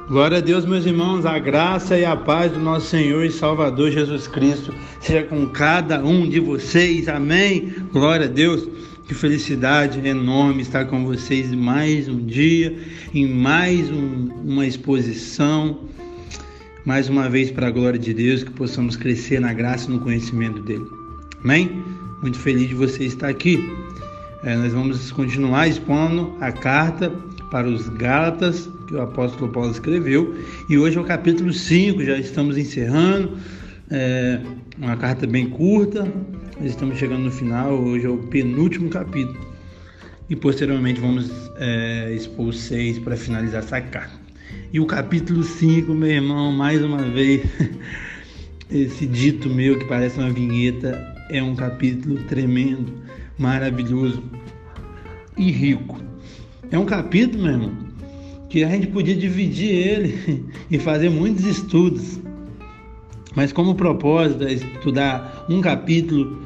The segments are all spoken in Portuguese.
Glória a Deus, meus irmãos, a graça e a paz do nosso Senhor e Salvador Jesus Cristo seja com cada um de vocês, amém? Glória a Deus, que felicidade enorme estar com vocês mais um dia, em mais uma exposição, mais uma vez para a glória de Deus, que possamos crescer na graça e no conhecimento dele, amém? Muito feliz de você estar aqui. Nós vamos continuar expondo a carta para os Gálatas, que o apóstolo Paulo escreveu, e hoje é o capítulo 5, já estamos encerrando, uma carta bem curta, nós estamos chegando no final, hoje é o penúltimo capítulo, e posteriormente vamos expor o 6 para finalizar essa carta. E o capítulo 5, meu irmão, mais uma vez, esse dito meu que parece uma vinheta, é um capítulo tremendo, maravilhoso e rico. É um capítulo, meu irmão, que a gente podia dividir ele e fazer muitos estudos, mas como o propósito é estudar um capítulo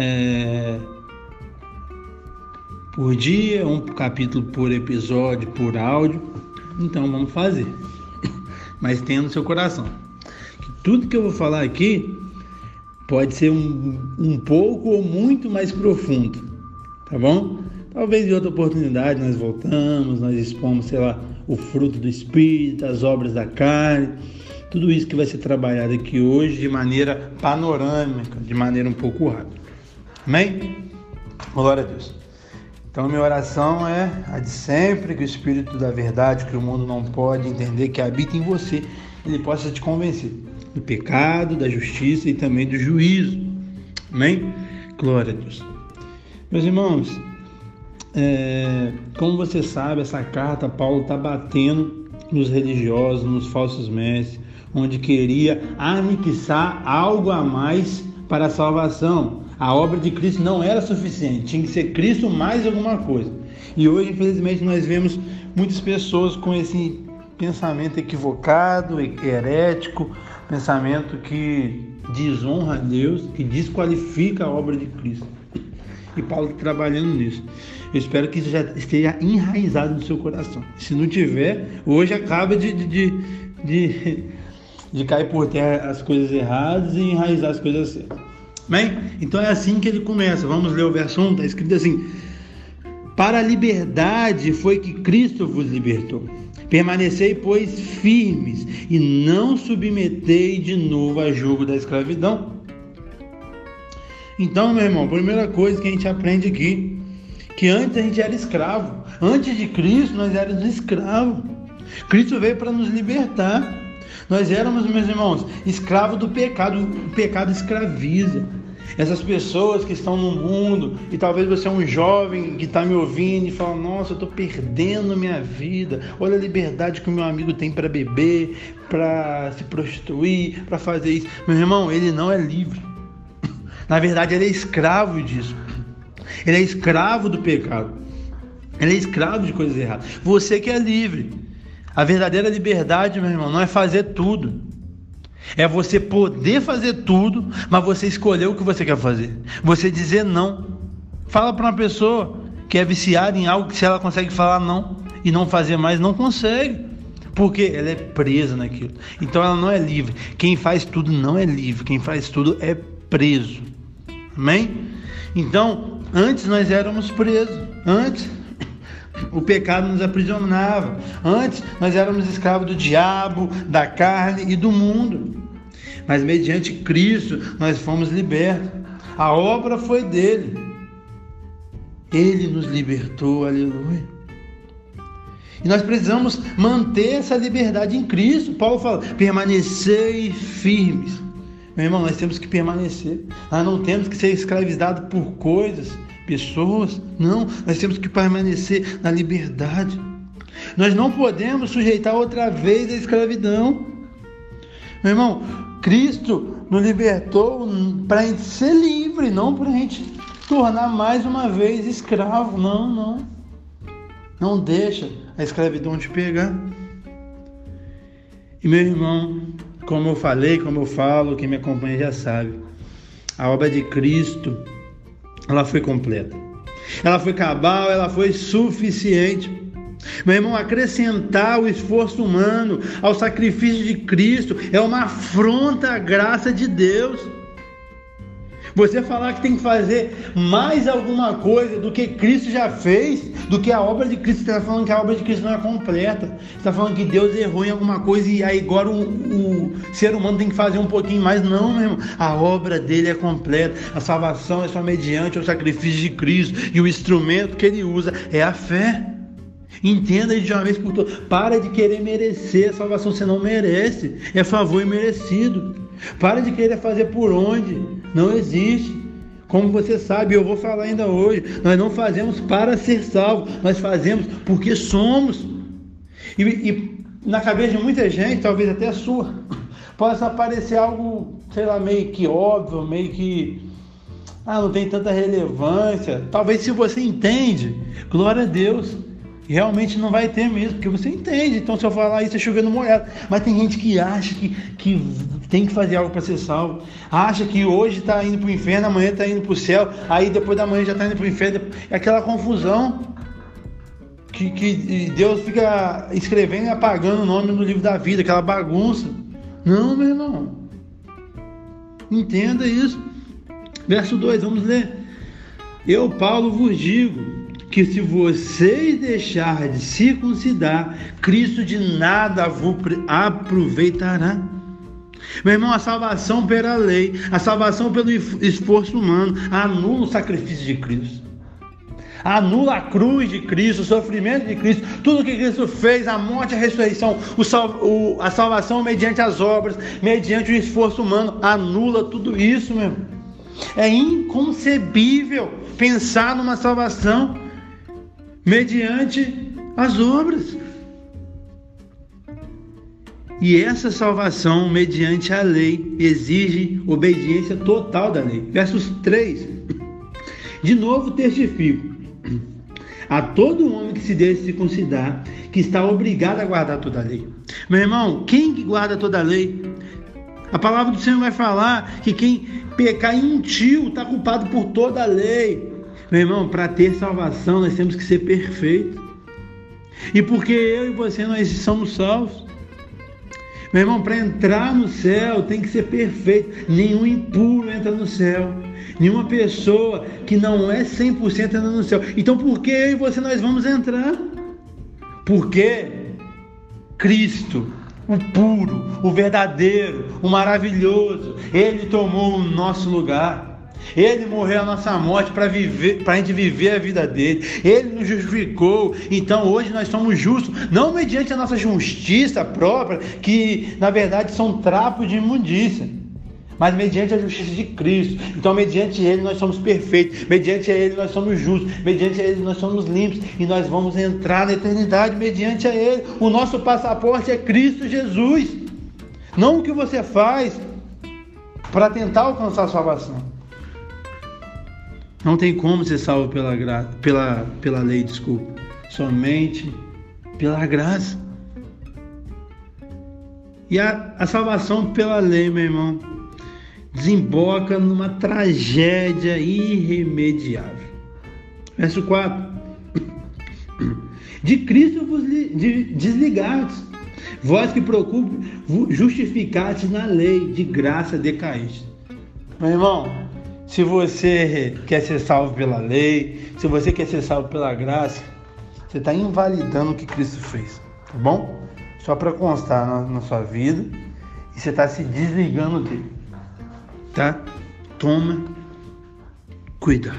por dia, um capítulo por episódio, por áudio, então vamos fazer. Mas tenha no seu coração que tudo que eu vou falar aqui pode ser um pouco ou muito mais profundo, tá bom? Talvez em outra oportunidade nós voltamos, nós expomos, o fruto do Espírito, as obras da carne, tudo isso que vai ser trabalhado aqui hoje de maneira panorâmica, de maneira um pouco rápida. Amém? Glória a Deus. Então minha oração é a de sempre, que o Espírito da verdade, que o mundo não pode entender, que habita em você, ele possa te convencer do pecado, da justiça e também do juízo. Amém? Glória a Deus. Meus irmãos, como você sabe, essa carta, Paulo está batendo nos religiosos, nos falsos mestres, onde queria anexar algo a mais para a salvação. A obra de Cristo não era suficiente, tinha que ser Cristo mais alguma coisa. E hoje, infelizmente, nós vemos muitas pessoas com esse pensamento equivocado, herético, pensamento que desonra a Deus, que desqualifica a obra de Cristo. E Paulo está trabalhando nisso. Eu espero que isso já esteja enraizado no seu coração. Se não tiver, hoje acaba de cair por terra as coisas erradas e enraizar as coisas certas. Bem, então é assim que ele começa. Vamos ler o verso 1, está escrito assim: para a liberdade foi que Cristo vos libertou. Permanecei, pois, firmes, e não submetei de novo a jugo da escravidão. Então, meu irmão, a primeira coisa que a gente aprende aqui, que antes a gente era escravo. Antes de Cristo, nós éramos escravos. Cristo veio para nos libertar. Nós éramos, meus irmãos, escravos do pecado. O pecado escraviza. Essas pessoas que estão no mundo, e talvez você é um jovem que está me ouvindo e fala: nossa, eu estou perdendo minha vida, olha a liberdade que o meu amigo tem para beber, para se prostituir, para fazer isso. Meu irmão, ele não é livre. Na verdade, ele é escravo disso. Ele é escravo do pecado. Ele é escravo de coisas erradas. Você que é livre. A verdadeira liberdade, meu irmão, não é fazer tudo. É você poder fazer tudo, mas você escolher o que você quer fazer. Você dizer não. Fala para uma pessoa que é viciada em algo que, se ela consegue falar não e não fazer mais, não consegue. Porque ela é presa naquilo. Então ela não é livre. Quem faz tudo não é livre. Quem faz tudo é preso. Amém? Então, antes nós éramos presos. Antes o pecado nos aprisionava. Antes nós éramos escravos do diabo, da carne e do mundo. Mas mediante Cristo nós fomos libertos. A obra foi dele. Ele nos libertou, aleluia. E nós precisamos manter essa liberdade em Cristo. Paulo fala: permanecei firmes. Meu irmão, nós temos que permanecer. Nós não temos que ser escravizados por coisas, pessoas. Não, nós temos que permanecer na liberdade. Nós não podemos sujeitar outra vez a escravidão. Meu irmão, Cristo nos libertou para a gente ser livre, não para a gente tornar mais uma vez escravo. Não. Não deixa a escravidão te pegar. E meu irmão, como eu falei, como eu falo, quem me acompanha já sabe, a obra de Cristo, ela foi completa. Ela foi cabal, ela foi suficiente. Meu irmão, acrescentar o esforço humano ao sacrifício de Cristo é uma afronta à graça de Deus. Você falar que tem que fazer mais alguma coisa do que Cristo já fez, do que a obra de Cristo, você está falando que a obra de Cristo não é completa. Você está falando que Deus errou em alguma coisa e aí agora o ser humano tem que fazer um pouquinho mais. Não, meu irmão, a obra dele é completa. A salvação é só mediante o sacrifício de Cristo, e o instrumento que ele usa é a fé. Entenda de uma vez por todas. Para de querer merecer a salvação, você não merece, é favor imerecido. Para de querer fazer por onde, não existe. Como você sabe, eu vou falar ainda hoje, nós não fazemos para ser salvos, nós fazemos porque somos. E na cabeça de muita gente, talvez até a sua, possa parecer algo, sei lá, meio que óbvio, meio que não tem tanta relevância. Talvez, se você entende, glória a Deus, realmente não vai ter mesmo, porque você entende. Então, se eu falar isso, é chovendo molhado. Mas tem gente que acha que tem que fazer algo para ser salvo, acha que hoje está indo para o inferno, amanhã está indo para o céu, aí depois da manhã já está indo para o inferno. É aquela confusão que Deus fica escrevendo e apagando o nome no livro da vida, aquela bagunça. Não, meu irmão, entenda isso. Verso 2, vamos ler. Eu, Paulo, vos digo que se vocês deixarem de circuncidar, Cristo de nada vos aproveitará. Meu irmão, a salvação pela lei, a salvação pelo esforço humano, anula o sacrifício de Cristo, anula a cruz de Cristo, o sofrimento de Cristo, tudo que Cristo fez, a morte, a ressurreição, a salvação mediante as obras, mediante o esforço humano, anula tudo isso, meu irmão. É inconcebível pensar numa salvação mediante as obras. E essa salvação mediante a lei exige obediência total da lei. Versos 3. De novo testifico a todo homem que se deixe circuncidar, que está obrigado a guardar toda a lei. Meu irmão, quem que guarda toda a lei? A palavra do Senhor vai falar que quem pecar em um tio está culpado por toda a lei. Meu irmão, para ter salvação nós temos que ser perfeitos. E porque eu e você nós somos salvos, meu irmão, para entrar no céu tem que ser perfeito. Nenhum impuro entra no céu, nenhuma pessoa que não é 100% entra no céu. Então por que eu e você nós vamos entrar? Porque Cristo, o puro, o verdadeiro, o maravilhoso, Ele tomou o nosso lugar. Ele morreu a nossa morte para a gente viver a vida dele. Ele nos justificou. Então hoje nós somos justos, não mediante a nossa justiça própria, que na verdade são trapos de imundícia, mas mediante a justiça de Cristo. Então mediante Ele nós somos perfeitos, mediante Ele nós somos justos, mediante Ele nós somos limpos, e nós vamos entrar na eternidade mediante a Ele. O nosso passaporte é Cristo Jesus, não o que você faz para tentar alcançar a salvação. Não tem como ser salvo pela lei, desculpa. Somente pela graça. E a salvação pela lei, meu irmão, desemboca numa tragédia irremediável. Verso 4. De Cristo vos desligastes, vós que procuram justificar-te na lei, de graça decaíste. Meu irmão, se você quer ser salvo pela lei, se você quer ser salvo pela graça, você está invalidando o que Cristo fez, tá bom? Só para constar na sua vida, e você está se desligando dele, tá? Toma cuidado.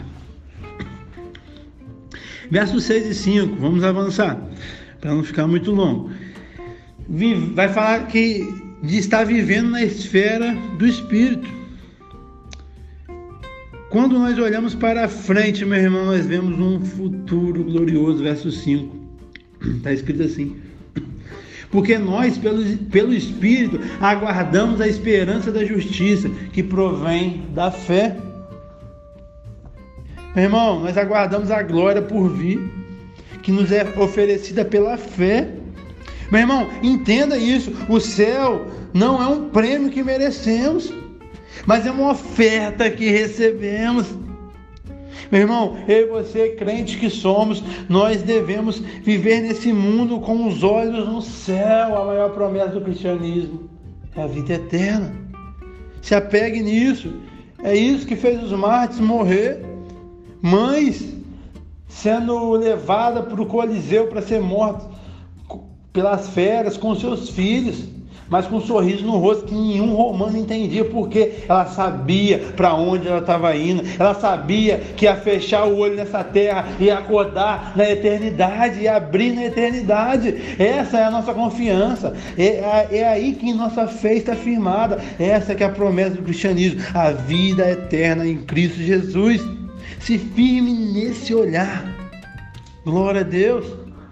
Versos 6 e 5, vamos avançar, para não ficar muito longo. Vai falar que de estar vivendo na esfera do Espírito. Quando nós olhamos para frente, meu irmão, nós vemos um futuro glorioso. Verso 5, está escrito assim: porque nós, pelo Espírito, aguardamos a esperança da justiça, que provém da fé. Meu irmão, nós aguardamos a glória por vir, que nos é oferecida pela fé. Meu irmão, entenda isso: o céu não é um prêmio que merecemos, mas é uma oferta que recebemos. Meu irmão, eu e você, crente que somos, nós devemos viver nesse mundo com os olhos no céu. A maior promessa do cristianismo é a vida eterna. Se apegue nisso. É isso que fez os mártires morrer. Mães sendo levadas para o Coliseu para ser mortas pelas feras com seus filhos, mas com um sorriso no rosto que nenhum romano entendia, porque ela sabia para onde ela estava indo, ela sabia que ia fechar o olho nessa terra e acordar na eternidade, e abrir na eternidade. Essa é a nossa confiança, é aí que nossa fé está firmada. Essa que é a promessa do cristianismo, a vida eterna em Cristo Jesus. Se firme nesse olhar. Glória a Deus.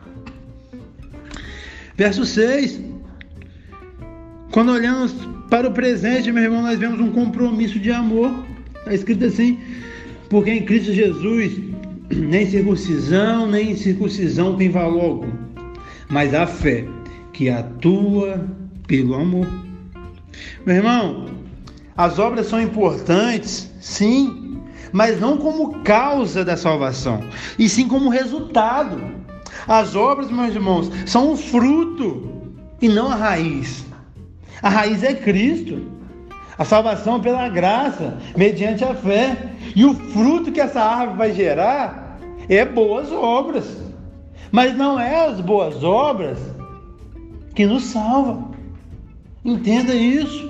Verso 6. Quando olhamos para o presente, meu irmão, nós vemos um compromisso de amor. Está escrito assim: porque em Cristo Jesus nem circuncisão nem incircuncisão tem valor algum, mas a fé que atua pelo amor. Meu irmão, as obras são importantes, sim, mas não como causa da salvação, e sim como resultado. As obras, meus irmãos, são o fruto e não a raiz. A raiz é Cristo. A salvação pela graça, mediante a fé. E o fruto que essa árvore vai gerar é boas obras. Mas não é as boas obras que nos salvam. Entenda isso.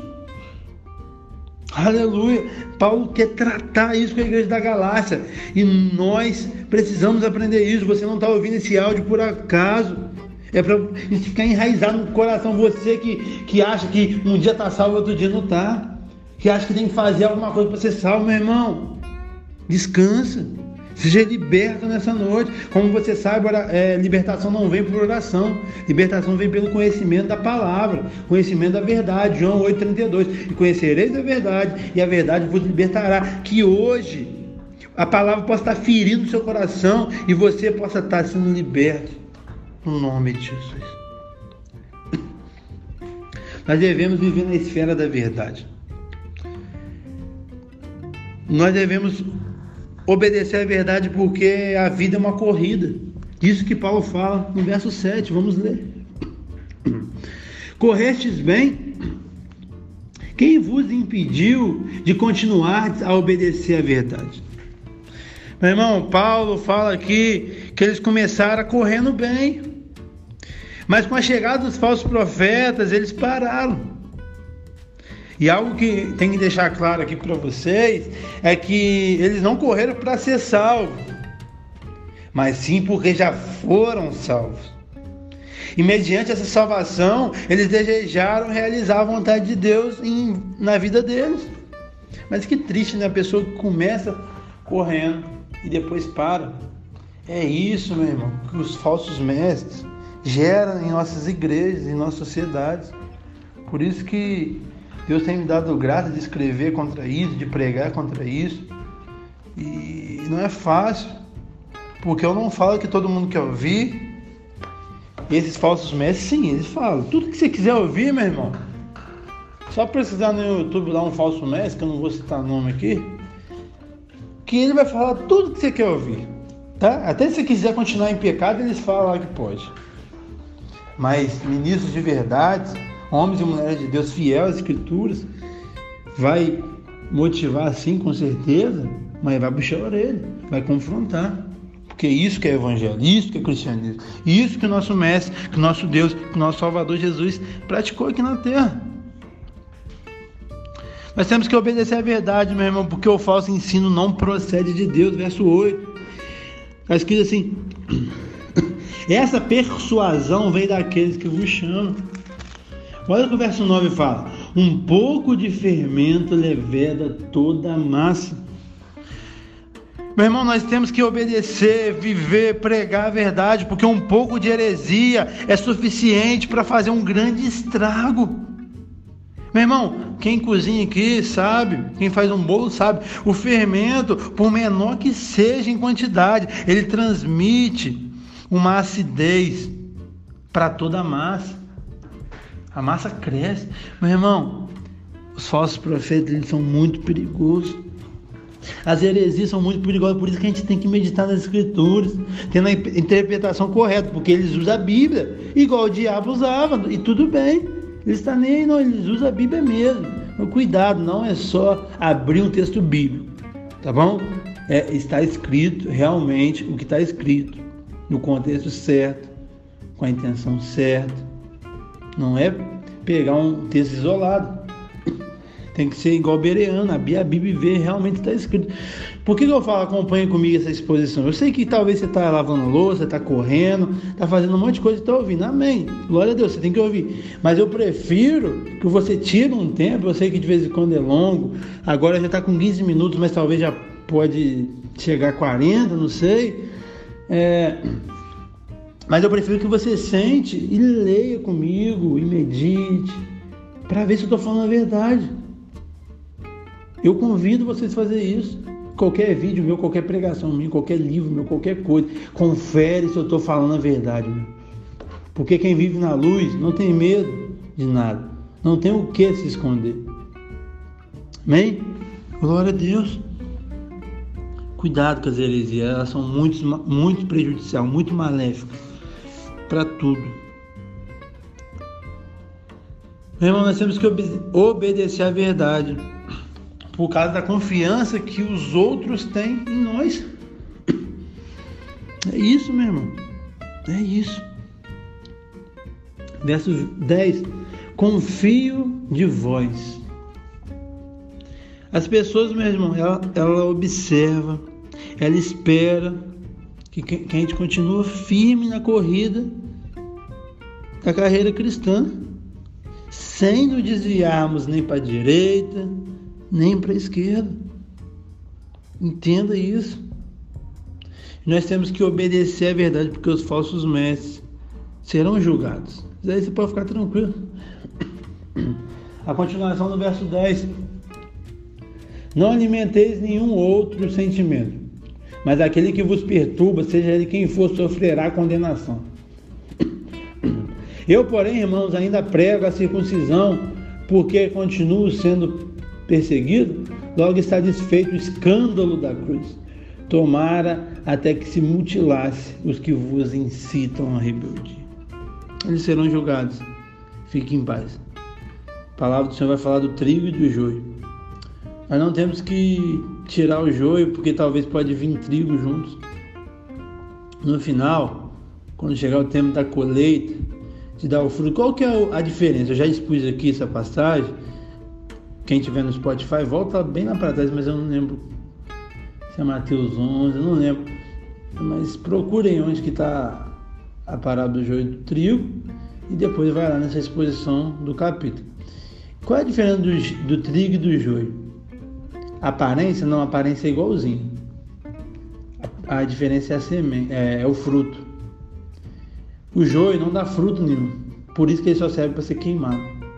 Aleluia. Paulo quer tratar isso com a igreja da Galácia. E nós precisamos aprender isso. Você não está ouvindo esse áudio por acaso. É para isso ficar enraizado no coração. Você que acha que um dia está salvo, outro dia não está. Que acha que tem que fazer alguma coisa para ser salvo, meu irmão. Descansa. Seja liberto nessa noite. Como você sabe, libertação não vem por oração. Libertação vem pelo conhecimento da palavra. Conhecimento da verdade. João 8,32. E conhecereis a verdade, e a verdade vos libertará. Que hoje a palavra possa estar ferindo o seu coração e você possa estar sendo liberto. No nome de Jesus. Nós devemos viver na esfera da verdade. Nós devemos obedecer à verdade, porque a vida é uma corrida. Isso que Paulo fala no verso 7. Vamos ler. Correstes bem? Quem vos impediu de continuar a obedecer à verdade? Meu irmão, Paulo fala aqui que eles começaram correndo bem. Mas com a chegada dos falsos profetas, eles pararam. E algo que tem que deixar claro aqui para vocês é que eles não correram para ser salvos, mas sim porque já foram salvos. E mediante essa salvação, eles desejaram realizar a vontade de Deus na vida deles. Mas que triste, né? A pessoa que começa correndo e depois para. É isso, meu irmão, que os falsos mestres geram em nossas igrejas, em nossas sociedades. Por isso que Deus tem me dado graça de escrever contra isso, de pregar contra isso. E não é fácil, porque eu não falo que todo mundo quer ouvir. Esses falsos mestres, sim, eles falam tudo que você quiser ouvir, meu irmão. Só precisar no YouTube lá um falso mestre, que eu não vou citar nome aqui, que ele vai falar tudo que você quer ouvir, tá? Até se você quiser continuar em pecado, eles falam lá que pode. Mas ministros de verdade, homens e mulheres de Deus fiéis às Escrituras, vai motivar sim, com certeza, mas vai puxar a orelha, vai confrontar. Porque isso que é evangelho, isso que é cristianismo, isso que o nosso mestre, que o nosso Deus, que o nosso Salvador Jesus praticou aqui na terra. Nós temos que obedecer à verdade, meu irmão, porque o falso ensino não procede de Deus. Verso 8, está escrito assim: essa persuasão vem daqueles que vos chamam. Olha o que o verso 9 fala: um pouco de fermento leveda toda a massa. Meu irmão, nós temos que obedecer, viver, pregar a verdade, porque um pouco de heresia é suficiente para fazer um grande estrago. Meu irmão, quem cozinha aqui sabe, quem faz um bolo sabe, o fermento, por menor que seja em quantidade, ele transmite uma acidez para toda a massa. A massa cresce. Meu irmão, os falsos profetas, eles são muito perigosos. As heresias são muito perigosas, por isso que a gente tem que meditar nas Escrituras, tendo a interpretação correta, porque eles usam a Bíblia, igual o diabo usava, e tudo bem, eles estão nem aí, não, eles usam a Bíblia mesmo. Então, cuidado, não é só abrir um texto bíblico, tá bom? Está escrito realmente o que está escrito, no contexto certo, com a intenção certa, não é pegar um texto isolado. Tem que ser igual Bereano, abrir a Bíblia e ver realmente está escrito. Por que eu falo, acompanha comigo essa exposição? Eu sei que talvez você está lavando louça, está correndo, está fazendo um monte de coisa e está ouvindo. Amém. Glória a Deus, você tem que ouvir. Mas eu prefiro que você tire um tempo, eu sei que de vez em quando é longo, agora já está com 15 minutos, mas talvez já pode chegar a 40, não sei. Mas eu prefiro que você sente e leia comigo e medite, para ver se eu estou falando a verdade. Eu convido vocês a fazer isso. Qualquer vídeo meu, qualquer pregação minha, qualquer livro meu, qualquer coisa, confere se eu estou falando a verdade. Meu. Porque quem vive na luz não tem medo de nada. Não tem o que se esconder. Amém? Glória a Deus. Cuidado com as heresias. Elas são muito prejudiciais, muito maléficas para tudo. Meu irmão, nós temos que obedecer à verdade, por causa da confiança que os outros têm em nós. É isso, meu irmão. É isso. Verso 10. Confio de vós. As pessoas, meu irmão, ela observa, ela espera que a gente continue firme na corrida da carreira cristã, sem nos desviarmos nem para a direita, nem para a esquerda. Entenda isso. Nós temos que obedecer à verdade, porque os falsos mestres serão julgados. Mas aí você pode ficar tranquilo. A continuação do verso 10. Não alimenteis nenhum outro sentimento, mas aquele que vos perturba, seja ele quem for, sofrerá condenação. Eu, porém, irmãos, ainda prego a circuncisão, porque continuo sendo perseguido, logo está desfeito o escândalo da cruz. Tomara até que se mutilasse os que vos incitam a rebeldia. Eles serão julgados. Fique em paz. A palavra do Senhor vai falar do trigo e do joio. Nós não temos que tirar o joio, porque talvez pode vir trigo juntos. No final, quando chegar o tempo da colheita, de dar o fruto, qual que é a diferença? Eu já expus aqui essa passagem. Quem tiver no Spotify, volta bem lá para trás, mas eu não lembro se é Mateus 11, eu não lembro. Mas procurem onde que está a parábola do joio e do trigo e depois vai lá nessa exposição do capítulo. Qual é a diferença do trigo e do joio? A aparência? Não, a aparência é igualzinho. A diferença é a semente, é o fruto. O joio não dá fruto nenhum, por isso que ele só serve para ser queimado.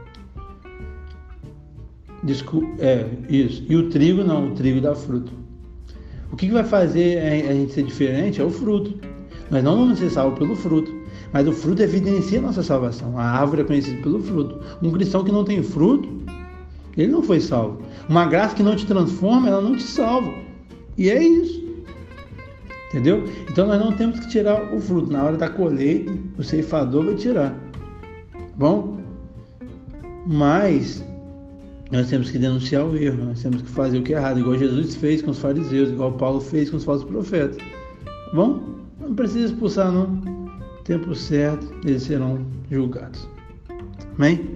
Isso. E o trigo não, o trigo dá fruto. O que vai fazer a gente ser diferente é o fruto. Nós não vamos ser salvos pelo fruto, mas o fruto evidencia a nossa salvação. A árvore é conhecida pelo fruto. Um cristão que não tem fruto, ele não foi salvo. Uma graça que não te transforma, ela não te salva. E é isso. Entendeu? Então nós não temos que tirar o fruto. Na hora da colheita, o ceifador vai tirar. Bom? Mas nós temos que denunciar o erro. Nós temos que fazer o que é errado. Igual Jesus fez com os fariseus. Igual Paulo fez com os falsos profetas. Bom? Não precisa expulsar, não. No tempo certo, eles serão julgados. Amém?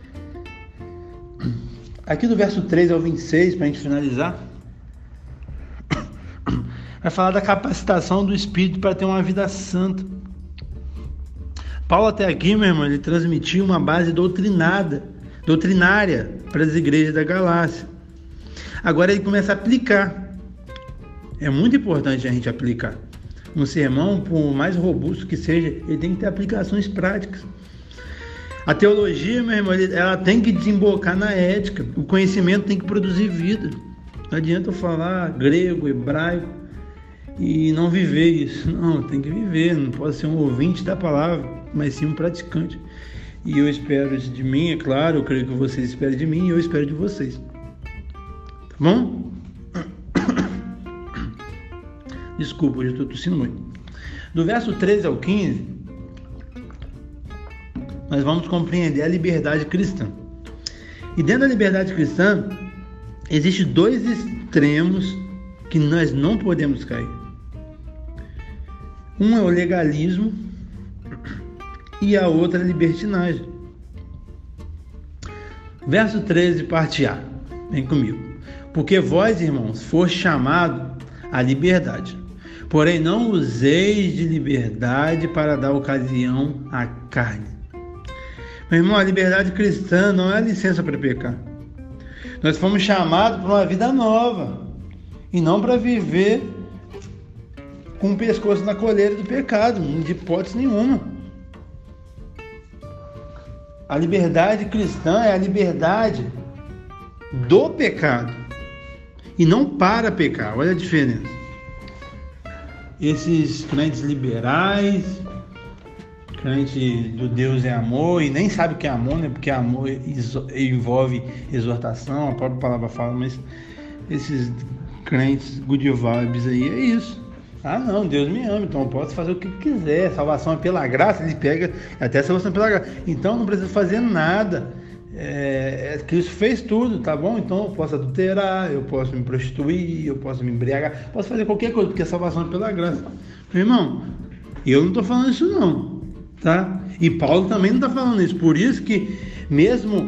Aqui do verso 3 ao 26, para a gente finalizar, vai falar da capacitação do Espírito para ter uma vida santa. Paulo até aqui, meu irmão, ele transmitiu uma base doutrinária para as igrejas da Galácia. Agora ele começa a aplicar. É muito importante a gente aplicar. Um sermão, por mais robusto que seja, ele tem que ter aplicações práticas. A teologia, meu irmão, ela tem que desembocar na ética. O conhecimento tem que produzir vida. Não adianta eu falar grego, hebraico e não viver isso. Não, tem que viver. Não pode ser um ouvinte da palavra, mas sim um praticante. E eu espero isso de mim, é claro. Eu creio que vocês esperam de mim e eu espero de vocês. Tá bom? Desculpa, hoje eu estou tossindo muito. Do verso 13 ao 15, nós vamos compreender a liberdade cristã. E dentro da liberdade cristã, existem dois extremos que nós não podemos cair. Um é o legalismo e a outra é a libertinagem. Verso 13, parte A. Vem comigo. Porque vós, irmãos, foste chamados à liberdade. Porém, não useis de liberdade para dar ocasião à carne. Meu irmão, a liberdade cristã não é a licença para pecar. Nós fomos chamados para uma vida nova e não para viver com o pescoço na coleira do pecado, de hipótese nenhuma. A liberdade cristã é a liberdade do pecado e não para pecar. Olha a diferença. Esses crentes liberais, crente do Deus é amor, e nem sabe o que é amor, né? Porque amor envolve exortação, a própria palavra fala, mas esses crentes good vibes aí é isso. Ah não, Deus me ama, então eu posso fazer o que quiser, salvação é pela graça, ele pega até salvação pela graça, então não precisa fazer nada, Cristo fez tudo, tá bom? Então eu posso adulterar, eu posso me prostituir, eu posso me embriagar, posso fazer qualquer coisa, porque a salvação é pela graça. Meu irmão, eu não estou falando isso não, tá? E Paulo também não está falando isso, por isso que mesmo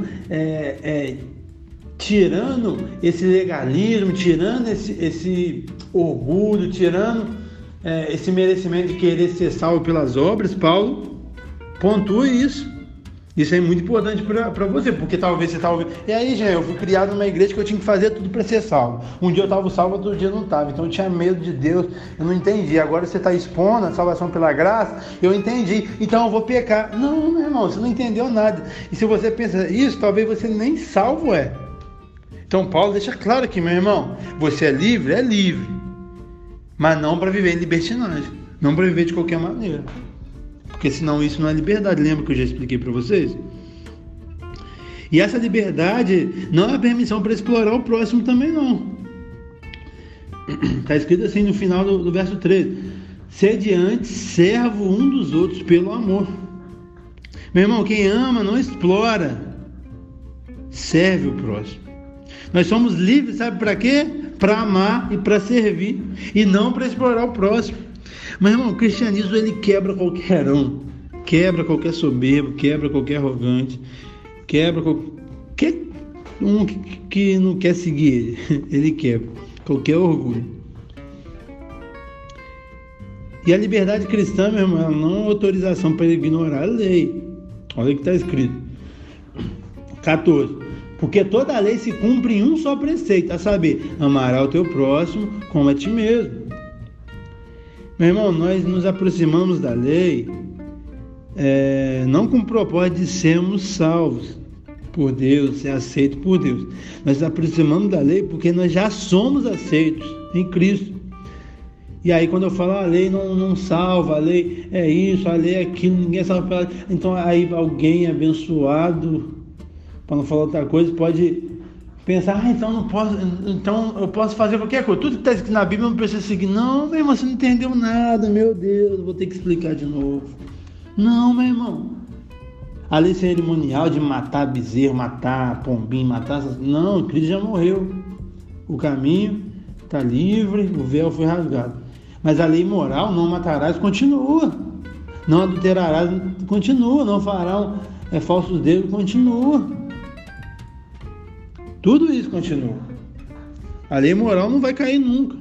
tirando esse legalismo, tirando esse orgulho, tirando esse merecimento de querer ser salvo pelas obras, Paulo pontua isso. Isso é muito importante para você, porque talvez você está ouvindo. E aí, gente, eu fui criado numa igreja que eu tinha que fazer tudo para ser salvo. Um dia eu estava salvo, outro dia eu não estava. Então eu tinha medo de Deus, eu não entendi. Agora você está expondo a salvação pela graça, eu entendi. Então eu vou pecar. Não, meu irmão, você não entendeu nada. E se você pensa isso, talvez você nem salvo é. Então Paulo deixa claro aqui, meu irmão, você é livre, mas não para viver em libertinagem, não para viver de qualquer maneira. Porque senão isso não é liberdade, lembra que eu já expliquei para vocês? E essa liberdade não é permissão para explorar o próximo também não. Está escrito assim no final do verso 13: sede antes servo um dos outros pelo amor. Meu irmão, quem ama não explora, serve o próximo. Nós somos livres, sabe para quê? Para amar e para servir, e não para explorar o próximo. Mas, irmão, o cristianismo ele quebra qualquer um, quebra qualquer soberbo, quebra qualquer arrogante, quebra qualquer um que não quer seguir ele quebra qualquer orgulho. E a liberdade cristã, meu irmão, não é autorização para ignorar a lei. Olha o que está escrito. 14. Porque toda a lei se cumpre em um só preceito, a saber, amará o teu próximo como a ti mesmo. Meu irmão, nós nos aproximamos da lei não com o propósito de sermos salvos por Deus, ser aceitos por Deus. Nós nos aproximamos da lei porque nós já somos aceitos em Cristo. E aí quando eu falo a lei não salva, a lei é isso, a lei é aquilo, ninguém salva pela lei. Então aí alguém abençoado, para não falar outra coisa, pode pensar, então não posso, então eu posso fazer qualquer coisa, tudo que está escrito na Bíblia eu não preciso seguir. Não, meu irmão, você não entendeu nada, meu Deus, eu vou ter que explicar de novo. Não, meu irmão, a lei cerimonial de matar bezerro, matar pombinho, não, Cristo já morreu, o caminho está livre, o véu foi rasgado, mas a lei moral, não matarás, continua, não adulterarás, continua, não farão falsos deuses, continua. Tudo isso continua. A lei moral não vai cair nunca.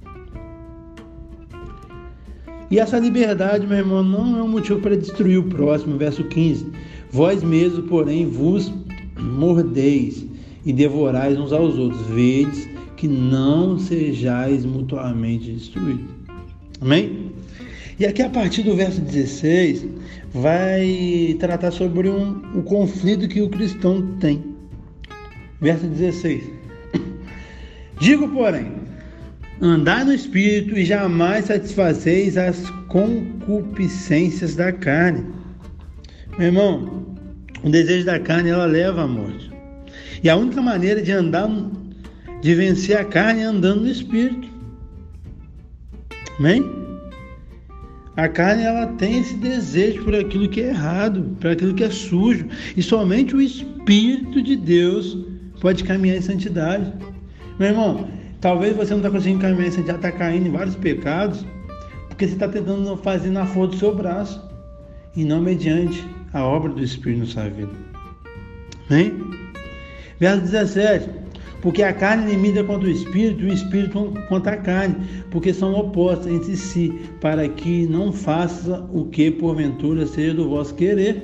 E essa liberdade, meu irmão, não é um motivo para destruir o próximo. Verso 15. Vós mesmos, porém, vos mordeis e devorais uns aos outros. Vedes que não sejais mutuamente destruídos. Amém? E aqui a partir do verso 16, vai tratar sobre um conflito que o cristão tem. Verso 16. Digo, porém, andai no Espírito e jamais satisfazeis as concupiscências da carne. Meu irmão, o desejo da carne, ela leva à morte. E a única maneira de vencer a carne é andando no Espírito. Amém? A carne, ela tem esse desejo por aquilo que é errado, por aquilo que é sujo. E somente o Espírito de Deus pode caminhar em santidade. Meu irmão, talvez você não está conseguindo caminhar em santidade, está caindo em vários pecados, porque você está tentando fazer na força do seu braço, e não mediante a obra do Espírito na sua vida. Amém? Verso 17. Porque a carne limita contra o Espírito, e o Espírito contra a carne, porque são opostos entre si, para que não faça o que porventura seja do vosso querer.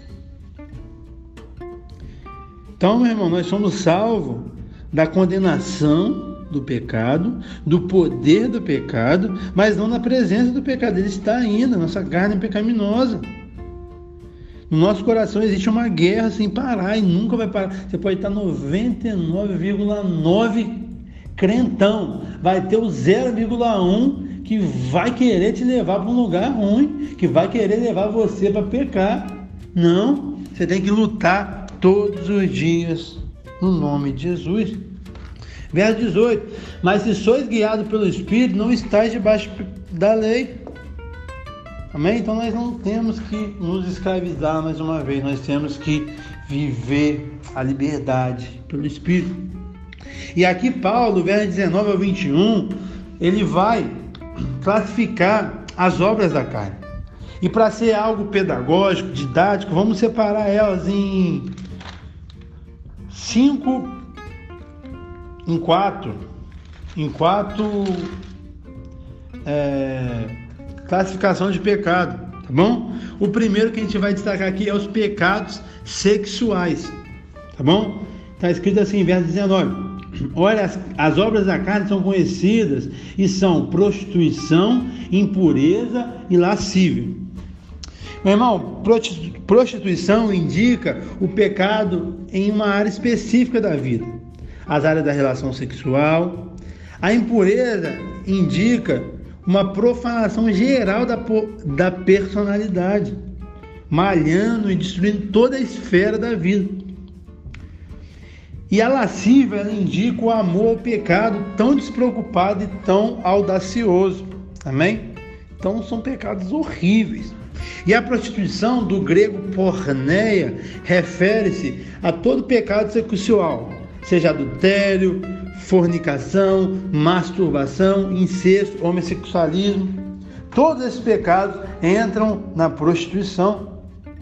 Então, meu irmão, nós somos salvos da condenação do pecado, do poder do pecado, mas não na presença do pecado. Ele está ainda, nossa carne é pecaminosa. No nosso coração existe uma guerra sem parar e nunca vai parar. Você pode estar 99,9 crentão, vai ter o 0,1 que vai querer te levar para um lugar ruim, que vai querer levar você para pecar. Não, você tem que lutar todos os dias no nome de Jesus. Verso 18. Mas se sois guiados pelo Espírito, não estáis debaixo da lei. Amém? Então nós não temos que nos escravizar mais uma vez, nós temos que viver a liberdade pelo Espírito. E aqui Paulo, verso 19 ao 21, ele vai classificar as obras da carne. E para ser algo pedagógico, didático, vamos separar elas em quatro classificação de pecado, tá bom? O primeiro que a gente vai destacar aqui é os pecados sexuais, tá bom? Está escrito assim, verso 19: olha, as obras da carne são conhecidas e são prostituição, impureza e lascívia. Meu irmão, prostituição indica o pecado em uma área específica da vida, as áreas da relação sexual. A impureza indica uma profanação geral da personalidade, malhando e destruindo toda a esfera da vida. E a lascívia, ela indica o amor ao pecado tão despreocupado e tão audacioso. Amém? Então são pecados horríveis. E a prostituição, do grego porneia, refere-se a todo pecado sexual, seja adultério, fornicação, masturbação, incesto, homossexualismo. Todos esses pecados entram na prostituição.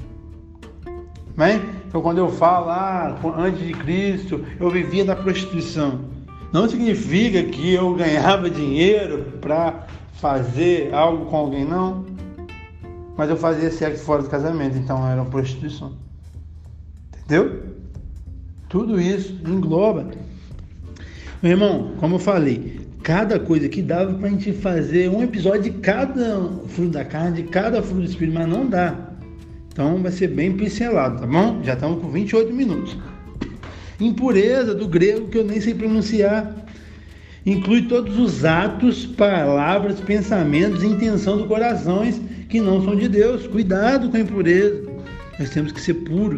Amém? Então quando eu falo, antes de Cristo eu vivia da prostituição, não significa que eu ganhava dinheiro para fazer algo com alguém, não. Mas eu fazia sexo fora do casamento, então era uma prostituição. Entendeu? Tudo isso engloba. Meu irmão, como eu falei, cada coisa que dava pra gente fazer um episódio de cada fruto da carne, de cada fruto do Espírito, mas não dá. Então vai ser bem pincelado, tá bom? Já estamos com 28 minutos. Impureza, do grego, que eu nem sei pronunciar, inclui todos os atos, palavras, pensamentos e intenção do coração que não são de Deus. Cuidado com a impureza, nós temos que ser puros.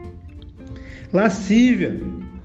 Lascívia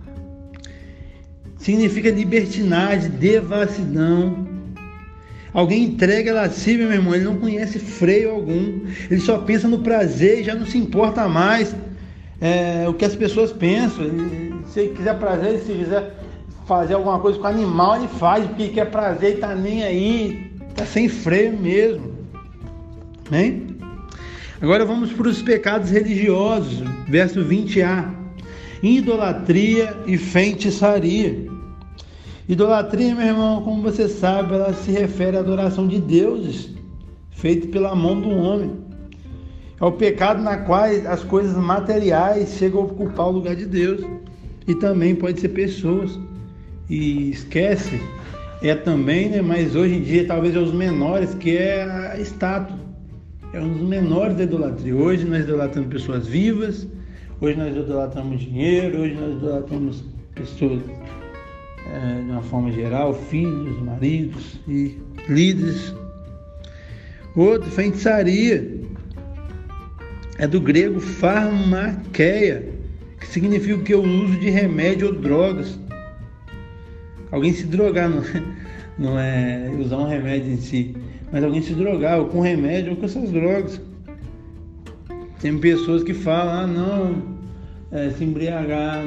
significa libertinagem, devassidão. Alguém entrega a lascívia, meu irmão, ele não conhece freio algum, ele só pensa no prazer e já não se importa mais o que as pessoas pensam. Se ele quiser prazer, se quiser fazer alguma coisa com o animal, ele faz, porque quer prazer e tá nem aí, tá sem freio mesmo. Amém? Agora vamos para os pecados religiosos, verso 20a. Idolatria e feitiçaria. Idolatria, meu irmão, como você sabe, ela se refere à adoração de deuses, feito pela mão do homem. É o pecado na qual as coisas materiais chegam a ocupar o lugar de Deus. E também pode ser pessoas. E esquece, também, mas hoje em dia talvez é os menores, que é a estátua. É um dos menores da idolatria. Hoje nós idolatramos pessoas vivas, hoje nós idolatramos dinheiro, hoje nós idolatramos pessoas de uma forma geral, filhos, maridos e líderes. Outro, feitiçaria, é do grego farmakeia, que significa o uso de remédio ou drogas. Alguém se drogar não é usar um remédio em si, mas alguém se drogar, ou com remédio ou com essas drogas. Tem pessoas que falam, se embriagar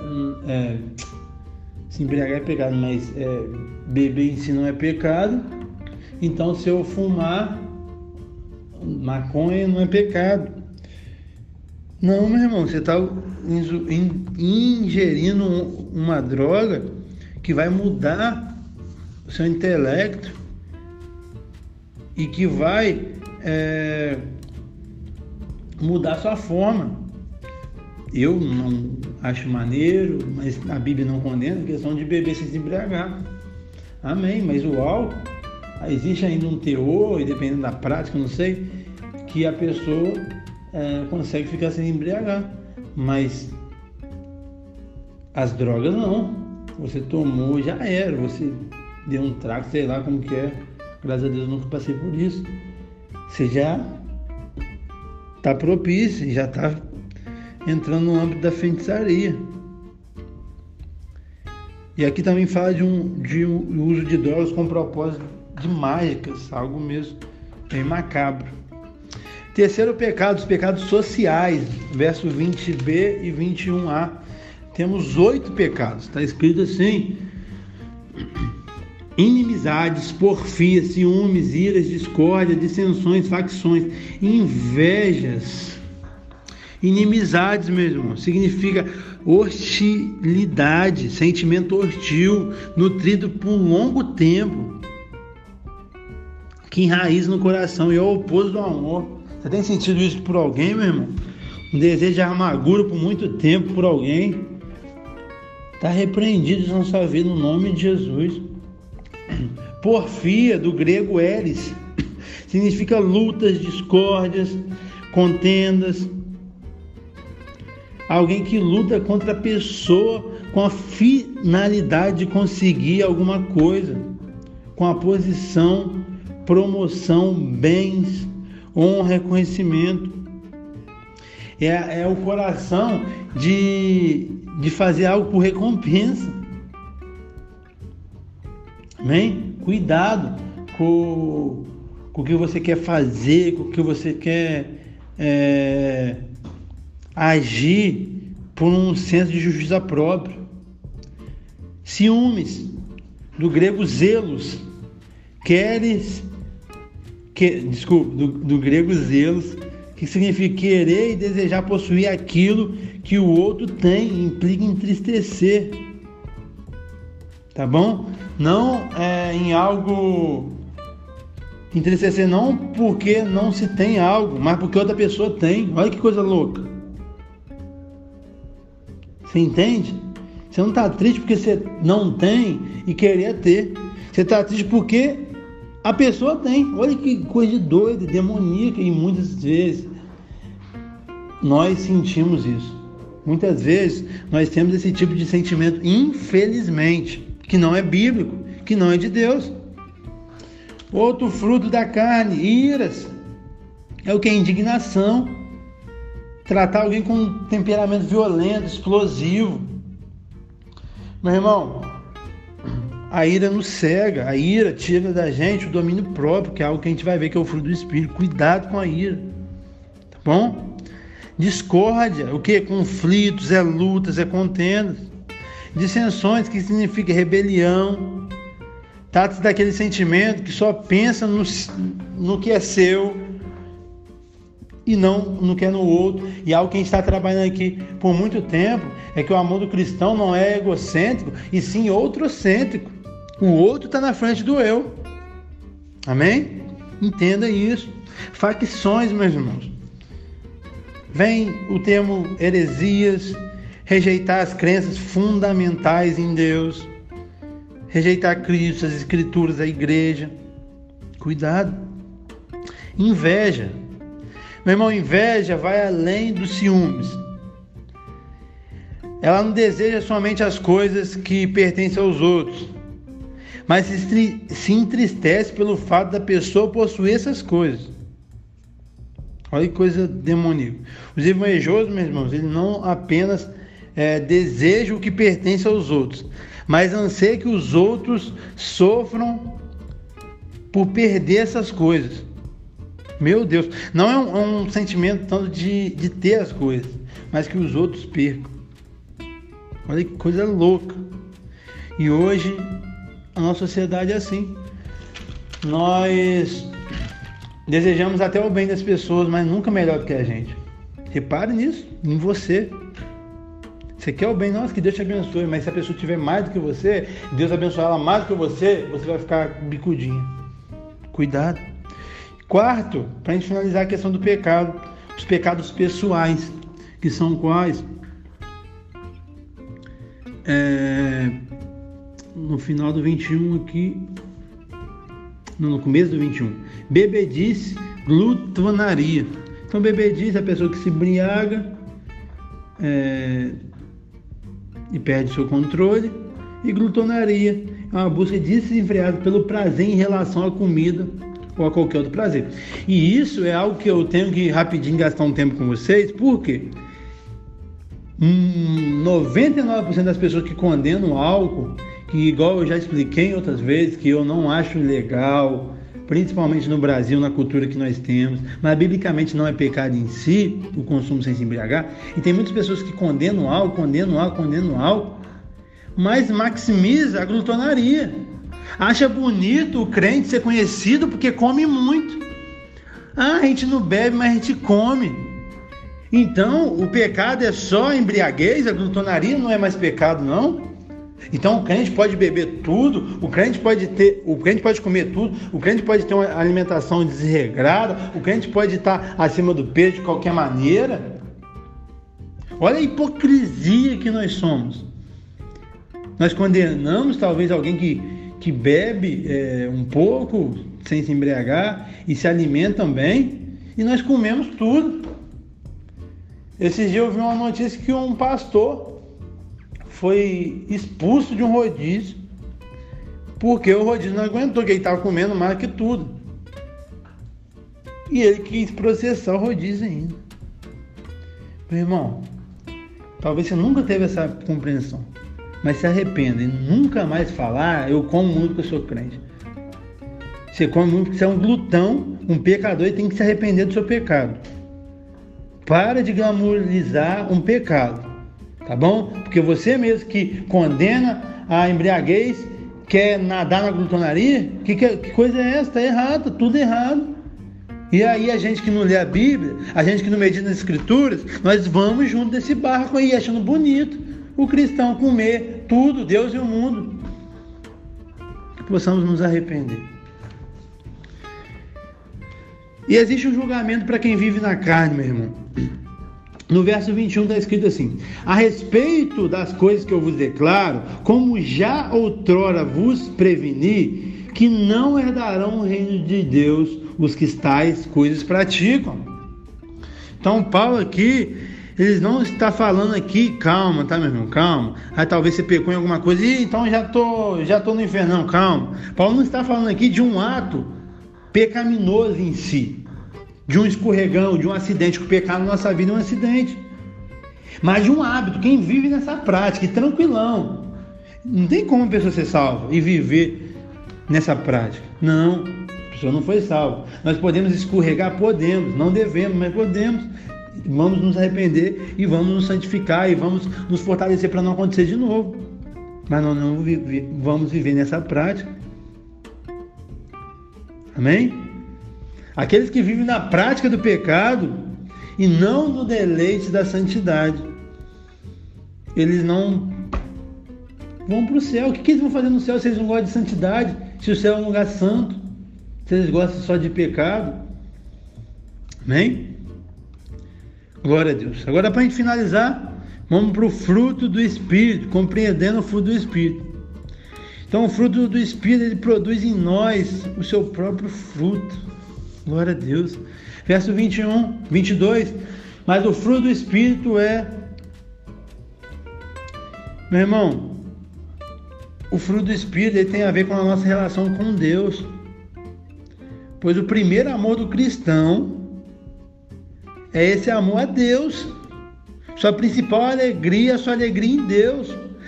se embriagar é pecado, mas beber em si não é pecado, então se eu fumar maconha não é pecado. Não, meu irmão, você está ingerindo uma droga que vai mudar o seu intelecto e que vai mudar a sua forma. Eu não acho maneiro, mas a Bíblia não condena a questão de beber sem se embriagar. Amém, mas o álcool, existe ainda um teor, e dependendo da prática, não sei, que a pessoa consegue ficar sem embriagar. Mas as drogas não. Você tomou, já era. Você deu um trago, sei lá como que é. Graças a Deus nunca passei por isso. Você já está propício, já está entrando no âmbito da feitiçaria. E aqui também fala de uso de drogas com propósito de mágicas, algo mesmo bem macabro. Terceiro pecado, os pecados sociais, verso 20b e 21a. Temos 8 pecados, está escrito assim: inimizades, porfia, ciúmes, iras, discórdia, dissensões, facções, invejas. Inimizades, meu irmão, significa hostilidade, sentimento hostil, nutrido por um longo tempo, que enraiza no coração e é o oposto do amor. Você tem sentido isso por alguém, meu irmão? Um desejo de amargura por muito tempo por alguém? Está repreendido na sua vida no nome de Jesus. Porfia, do grego eris, significa lutas, discórdias, contendas. Alguém que luta contra a pessoa com a finalidade de conseguir alguma coisa, com a posição, promoção, bens, honra, reconhecimento. É o coração de fazer algo por recompensa. Amém? Cuidado com o que você quer fazer, com o que você quer agir por um senso de justiça própria. Ciúmes, do grego zelos, do grego zelos, que significa querer e desejar possuir aquilo que o outro tem, implica entristecer. Tá bom? Não em algo entristecer, não porque não se tem algo, mas porque outra pessoa tem. Olha que coisa louca. Você entende? Você não está triste porque você não tem e queria ter. Você está triste porque a pessoa tem. Olha que coisa doida, demoníaca. E muitas vezes nós sentimos isso. Muitas vezes nós temos esse tipo de sentimento, infelizmente, que não é bíblico, que não é de Deus. Outro fruto da carne, iras. É o que? Indignação. Tratar alguém com um temperamento violento, explosivo. Meu irmão, a ira nos cega, a ira tira da gente o domínio próprio, que é algo que a gente vai ver que é o fruto do Espírito. Cuidado com a ira, tá bom? Discórdia, o que? Conflitos, lutas, contendas. Dissensões, que significa rebelião. Trata-se daquele sentimento que só pensa no que é seu e não no que é no outro. E algo que a gente está trabalhando aqui por muito tempo é que o amor do cristão não é egocêntrico, e sim outrocêntrico. O outro está na frente do eu. Amém? Entenda isso. Facções, meus irmãos. Vem o termo heresias, rejeitar as crenças fundamentais em Deus, rejeitar Cristo, as Escrituras, a igreja. Cuidado. Inveja. Meu irmão, inveja vai além dos ciúmes. Ela não deseja somente as coisas que pertencem aos outros, mas se entristece pelo fato da pessoa possuir essas coisas. Olha que coisa demoníaca. Os invejosos, meus irmãos, eles não apenas desejam o que pertence aos outros, mas anseia que os outros sofram por perder essas coisas. Meu Deus, não é um sentimento tanto de ter as coisas, mas que os outros percam. Olha que coisa louca. E hoje a nossa sociedade é assim. Nós desejamos até o bem das pessoas, mas nunca melhor do que a gente. Repare nisso, em você. Você quer o bem, nossa, que Deus te abençoe, mas se a pessoa tiver mais do que você, Deus abençoar ela mais do que você vai ficar bicudinho. Cuidado. Quarto, para a gente finalizar a questão do pecado, os pecados pessoais, que são quais? No final do 21 aqui, no começo do 21, bebedice, glutonaria. Então, bebedice é a pessoa que se embriaga e perde seu controle, e glutonaria é uma busca desenfreada pelo prazer em relação à comida ou a qualquer outro prazer. E isso é algo que eu tenho que rapidinho gastar um tempo com vocês, porque 99% das pessoas que condenam o álcool, que igual eu já expliquei outras vezes, que eu não acho legal, principalmente no Brasil, na cultura que nós temos, mas biblicamente não é pecado em si, o consumo sem se embriagar, e tem muitas pessoas que condenam o álcool, mas maximiza a glutonaria. Acha bonito o crente ser conhecido porque come muito. A gente não bebe, mas a gente come. Então, o pecado é só a embriaguez, a glutonaria não é mais pecado, não. Então, o crente pode beber tudo, o crente pode comer tudo, o crente pode ter uma alimentação desregrada, o crente pode estar acima do peso de qualquer maneira. Olha a hipocrisia que nós somos. Nós condenamos talvez alguém que bebe um pouco sem se embriagar e se alimenta bem, e nós comemos tudo. Esses dias eu vi uma notícia que um pastor foi expulso de um rodízio porque o rodízio não aguentou, que ele estava comendo mais que tudo. E ele quis processar o rodízio ainda. Meu irmão, talvez você nunca teve essa compreensão, mas se arrependa e nunca mais falar, eu como muito porque eu sou crente. Você come muito porque você é um glutão, um pecador, e tem que se arrepender do seu pecado. Para de glamorizar um pecado, tá bom? Porque você mesmo que condena a embriaguez, quer nadar na glutonaria, que coisa é essa? Está errado, tudo errado. E aí a gente que não lê a Bíblia, a gente que não medita nas Escrituras, nós vamos junto desse barco aí, achando bonito o cristão comer tudo, Deus e o mundo. Que possamos nos arrepender. E existe um julgamento para quem vive na carne, meu irmão. No verso 21 está escrito assim: a respeito das coisas que eu vos declaro, como já outrora vos preveni, que não herdarão o reino de Deus os que tais coisas praticam. Então Paulo aqui, ele não está falando aqui, calma, tá, meu irmão, calma. Aí talvez você pecou em alguma coisa, então já tô no inferno, não, calma. Paulo não está falando aqui de um ato pecaminoso em si, de um escorregão, de um acidente, que o pecado na nossa vida é um acidente, mas de um hábito. Quem vive nessa prática, e tranquilão, não tem como a pessoa ser salva e viver nessa prática. Não, a pessoa não foi salva. Nós podemos escorregar? Podemos, não devemos, mas podemos. Vamos nos arrepender e vamos nos santificar e vamos nos fortalecer para não acontecer de novo, mas não vamos viver nessa prática. Amém? Aqueles que vivem na prática do pecado e não no deleite da santidade, eles não vão para o céu. O que eles vão fazer no céu se eles não gostam de santidade? Se o céu é um lugar santo, se eles gostam só de pecado? Amém? Glória a Deus. Agora, para a gente finalizar, vamos para o fruto do Espírito, compreendendo o fruto do Espírito. Então, o fruto do Espírito, ele produz em nós o seu próprio fruto. Glória a Deus. Verso 22. Mas o fruto do Espírito é... Meu irmão, o fruto do Espírito, ele tem a ver com a nossa relação com Deus. Pois o primeiro amor do cristão é esse amor a Deus. Sua principal alegria é a sua alegria em Deus.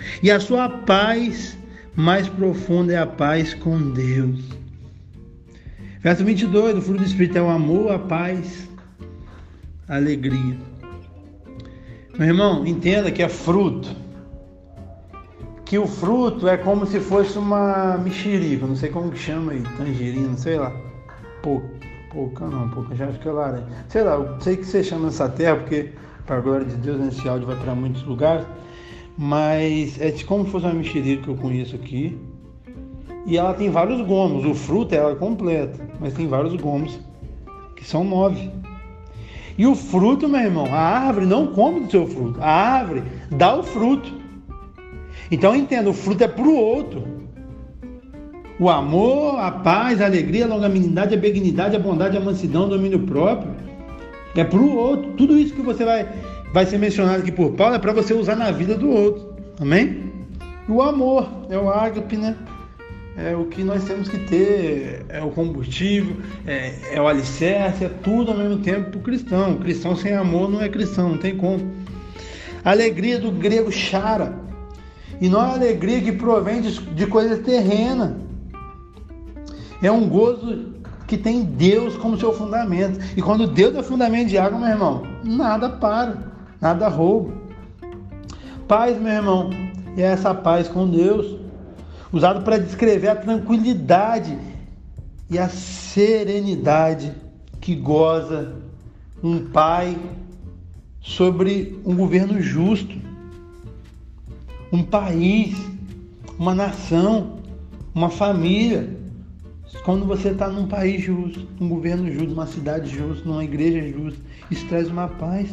E a sua paz mais profunda é a paz com Deus. Verso 22, o fruto do Espírito é o amor, a paz, a alegria. Meu irmão, entenda que é fruto. Que o fruto é como se fosse uma mexerica, não sei como que chama aí, tangerina, sei lá. Pouca já acho que é laranja. Sei lá, eu sei que você chama essa terra, porque, para a glória de Deus, esse áudio vai para muitos lugares. Mas é como se fosse uma mexerica que eu conheço aqui. E ela tem vários gomos. O fruto ela é completa, mas tem vários gomos, que são 9. E o fruto, meu irmão, a árvore não come do seu fruto. A árvore dá o fruto. Então entenda, o fruto é para o outro. O amor, a paz, a alegria, a longanimidade, a benignidade, a bondade, a mansidão, o domínio próprio. É para o outro. Tudo isso que você vai ser mencionado aqui por Paulo é para você usar na vida do outro. Amém? E o amor é o ágape, né? É o que nós temos que ter, é o combustível, é o alicerce, é tudo ao mesmo tempo para o cristão. O cristão sem amor não é cristão, não tem como. A alegria do grego chara, e não é a alegria que provém de coisas terrenas. É um gozo que tem Deus como seu fundamento. E quando Deus é fundamento de água, meu irmão, nada para, nada rouba. Paz, meu irmão, é essa paz com Deus, usado para descrever a tranquilidade e a serenidade que goza um pai sobre um governo justo, um país, uma nação, uma família. Quando você está num país justo, num governo justo, numa cidade justa, numa igreja justa, isso traz uma paz.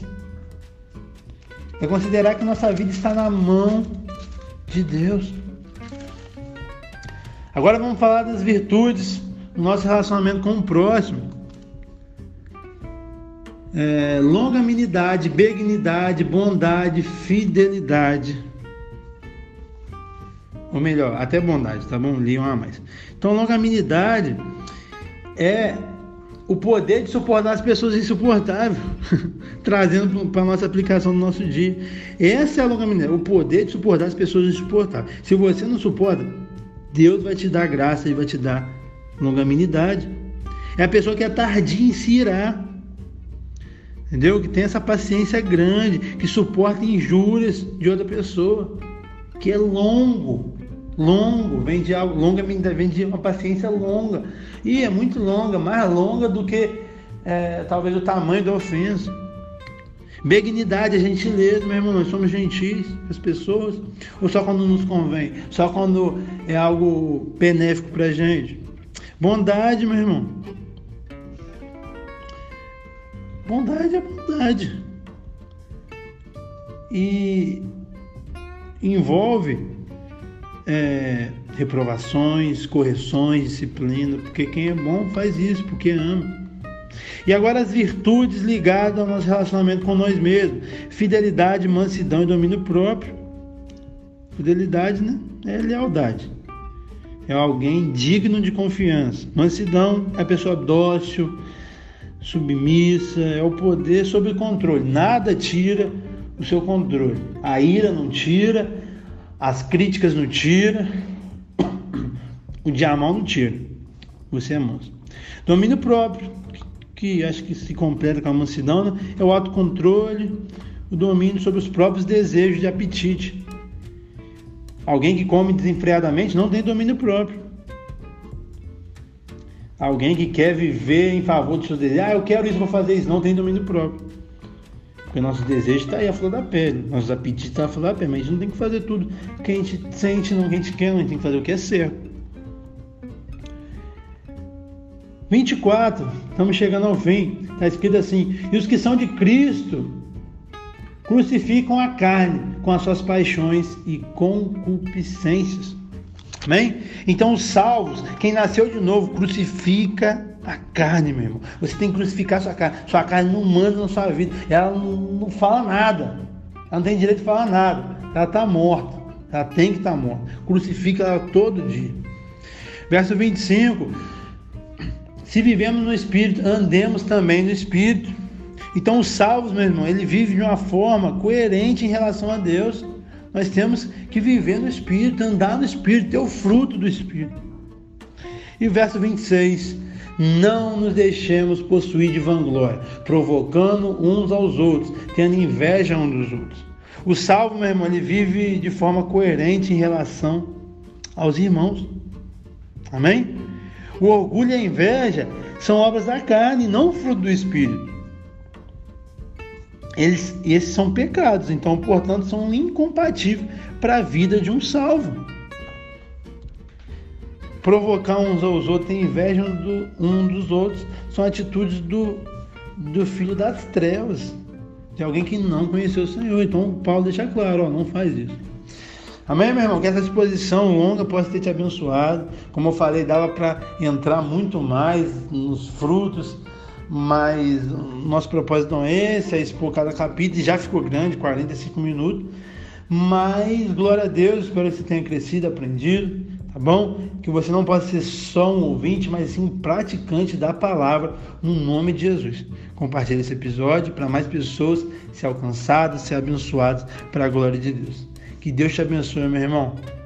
É considerar que nossa vida está na mão de Deus. Agora vamos falar das virtudes do nosso relacionamento com o próximo. Longanimidade, benignidade, bondade, fidelidade. Ou melhor, até bondade, tá bom? Li uma a mais. Então, longanimidade é o poder de suportar as pessoas insuportáveis, trazendo para a nossa aplicação no nosso dia. Essa é a longanimidade, o poder de suportar as pessoas insuportáveis. Se você não suporta, Deus vai te dar graça e vai te dar longanimidade. É a pessoa que é tardia em se irar, entendeu? Que tem essa paciência grande, que suporta injúrias de outra pessoa, que é longo, vem de algo, longanimidade vem de uma paciência longa, e é muito longa, mais longa do que talvez o tamanho da ofensa. Benignidade é gentileza, meu irmão, nós somos gentis com as pessoas, ou só quando nos convém, só quando é algo benéfico pra gente. Bondade, meu irmão, bondade é bondade, e envolve reprovações, correções, disciplina, porque quem é bom faz isso, porque ama. E agora as virtudes ligadas ao nosso relacionamento com nós mesmos: fidelidade, mansidão e domínio próprio. Fidelidade, né? É lealdade, é alguém digno de confiança. Mansidão é a pessoa dócil, submissa, é o poder sob controle. Nada tira o seu controle. A ira não tira, as críticas não tira, o diamão não tira. Você é manso. Domínio próprio, que acho que se completa com a mansidão, né? É o autocontrole, o domínio sobre os próprios desejos de apetite. Alguém que come desenfreadamente não tem domínio próprio. Alguém que quer viver em favor dos seus desejos, eu quero isso, vou fazer isso, não tem domínio próprio. Porque nosso desejo está aí à flor da pele, nossos apetites estão à flor da pele, mas a gente não tem que fazer tudo que a gente sente, não que a gente quer, não, a gente tem que fazer o que é certo. 24, estamos chegando ao fim, está escrito assim: e os que são de Cristo crucificam a carne com as suas paixões e concupiscências. Amém? Então os salvos, quem nasceu de novo, crucifica a carne, meu irmão. Você tem que crucificar sua carne. Sua carne não manda na sua vida. Ela não fala nada. Ela não tem direito de falar nada. Ela está morta. Ela tem que estar morta. Crucifica ela todo dia. Verso 25. Se vivemos no Espírito, andemos também no Espírito. Então os salvos, meu irmão, ele vive de uma forma coerente em relação a Deus. Nós temos que viver no Espírito, andar no Espírito, ter o fruto do Espírito. E o verso 26, não nos deixemos possuir de vanglória, provocando uns aos outros, tendo inveja uns dos outros. O salvo, meu irmão, ele vive de forma coerente em relação aos irmãos. Amém? O orgulho e a inveja são obras da carne, não fruto do Espírito. Esses são pecados, então, portanto, são incompatíveis para a vida de um salvo. Provocar uns aos outros, ter inveja um dos outros, são atitudes do filho das trevas, de alguém que não conheceu o Senhor. Então, Paulo deixa claro, não faz isso. Amém, meu irmão? Que essa exposição longa possa ter te abençoado. Como eu falei, dava para entrar muito mais nos frutos, mas nosso propósito não é esse, é expor cada capítulo, e já ficou grande, 45 minutos, mas glória a Deus, espero que você tenha crescido, aprendido, tá bom? Que você não possa ser só um ouvinte, mas sim um praticante da palavra, no nome de Jesus. Compartilhe esse episódio para mais pessoas ser alcançadas, ser abençoadas para a glória de Deus. Que Deus te abençoe, meu irmão.